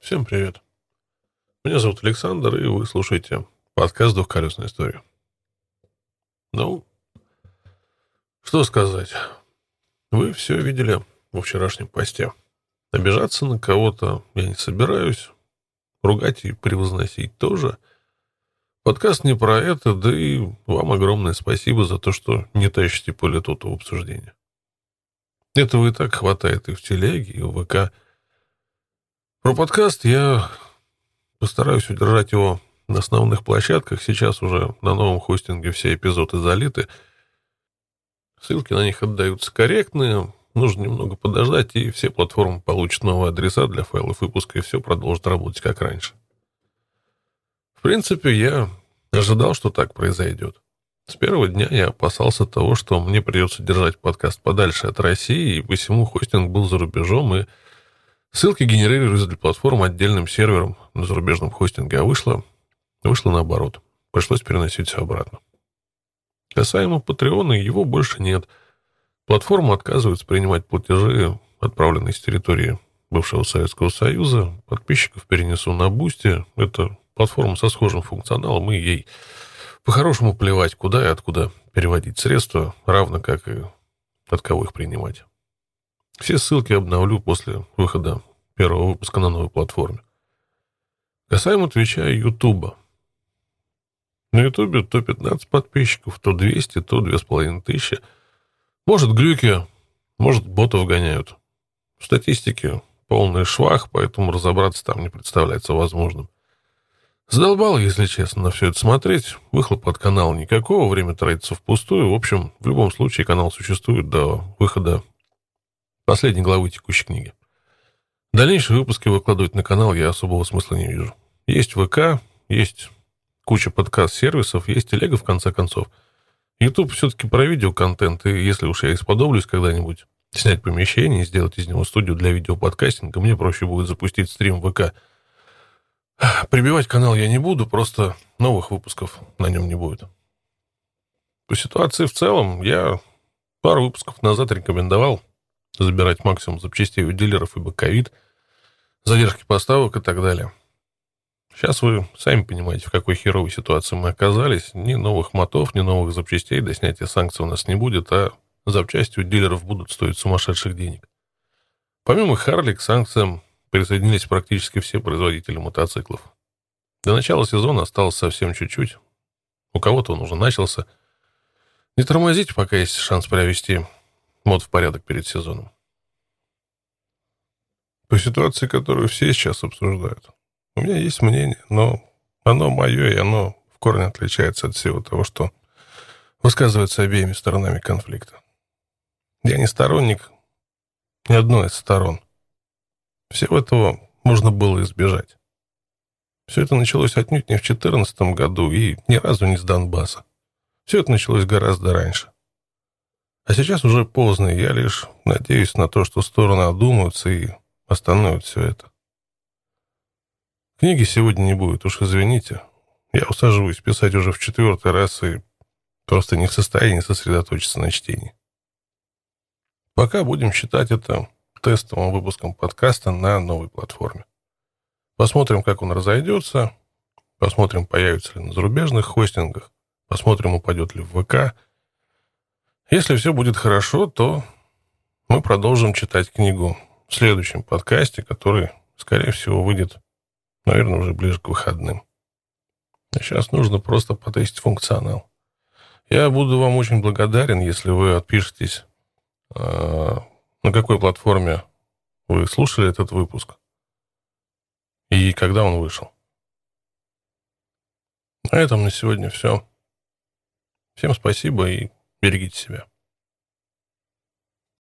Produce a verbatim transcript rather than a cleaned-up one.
Всем привет. Меня зовут Александр, и вы слушаете подкаст «Двухколесная история». Ну, что сказать. Вы все видели во вчерашнем посте. Обижаться на кого-то я не собираюсь. Ругать и превозносить тоже. Подкаст не про это, да и вам огромное спасибо за то, что не тащите поле тут в обсуждение. Этого и так хватает и в телеге, и в ВК. Про подкаст я постараюсь удержать его на основных площадках. Сейчас уже на новом хостинге все эпизоды залиты. Ссылки на них отдаются корректные. Нужно немного подождать, и все платформы получат новые адреса для файлов выпуска, и все продолжит работать как раньше. В принципе, я ожидал, что так произойдет. С первого дня я опасался того, что мне придется держать подкаст подальше от России, и посему хостинг был за рубежом, и ссылки генерировались для платформ отдельным сервером на зарубежном хостинге, а вышло, вышло наоборот. Пришлось переносить все обратно. Касаемо Патреона, его больше нет. Платформа отказывается принимать платежи, отправленные с территории бывшего Советского Союза. Подписчиков перенесу на Бусти. Это платформа со схожим функционалом, и ей по-хорошему плевать, куда и откуда переводить средства, равно как и от кого их принимать. Все ссылки обновлю после выхода первого выпуска на новой платформе. Касаемо Твича и Ютуба. На Ютубе то пятнадцать подписчиков, то двести, то две с половиной тысячи. Может, глюки, может, ботов гоняют. В статистике полный швах, поэтому разобраться там не представляется возможным. Задолбало, если честно, на все это смотреть. Выхлоп от канала никакого, время тратится впустую. В общем, в любом случае канал существует до выхода последней главы текущей книги. Дальнейшие выпуски выкладывать на канал я особого смысла не вижу. Есть ВК, есть куча подкаст-сервисов, есть телега, в конце концов. YouTube все-таки про видеоконтент, и если уж я исподоблюсь когда-нибудь снять помещение и сделать из него студию для видеоподкастинга, мне проще будет запустить стрим в ВК. Прибивать канал я не буду, просто новых выпусков на нем не будет. По ситуации в целом, я пару выпусков назад рекомендовал забирать максимум запчастей у дилеров, ибо ковид, задержки поставок и так далее. Сейчас вы сами понимаете, в какой херовой ситуации мы оказались. Ни новых мотов, ни новых запчастей до снятия санкций у нас не будет, а запчасти у дилеров будут стоить сумасшедших денег. Помимо Харли, к санкциям присоединились практически все производители мотоциклов. До начала сезона осталось совсем чуть-чуть. У кого-то он уже начался. Не тормозите, пока есть шанс привести мод в порядок перед сезоном. По ситуации, которую все сейчас обсуждают, у меня есть мнение, но оно мое, и оно в корне отличается от всего того, что высказывается обеими сторонами конфликта. Я не сторонник ни одной из сторон. Всего этого можно было избежать. Все это началось отнюдь не в две тысячи четырнадцатом году и ни разу не с Донбасса. Все это началось гораздо раньше. А сейчас уже поздно, и я лишь надеюсь на то, что стороны одумаются и остановят все это. Книги сегодня не будет, уж извините. Я усаживаюсь писать уже в четвертый раз и просто не в состоянии сосредоточиться на чтении. Пока будем считать это тестовым выпуском подкаста на новой платформе. Посмотрим, как он разойдется, посмотрим, появится ли на зарубежных хостингах, посмотрим, упадет ли в ВК. Если все будет хорошо, то мы продолжим читать книгу в следующем подкасте, который, скорее всего, выйдет, наверное, уже ближе к выходным. А сейчас нужно просто потестить функционал. Я буду вам очень благодарен, если вы отпишетесь, на какой платформе вы слушали этот выпуск и когда он вышел. На этом на сегодня все. Всем спасибо и берегите себя.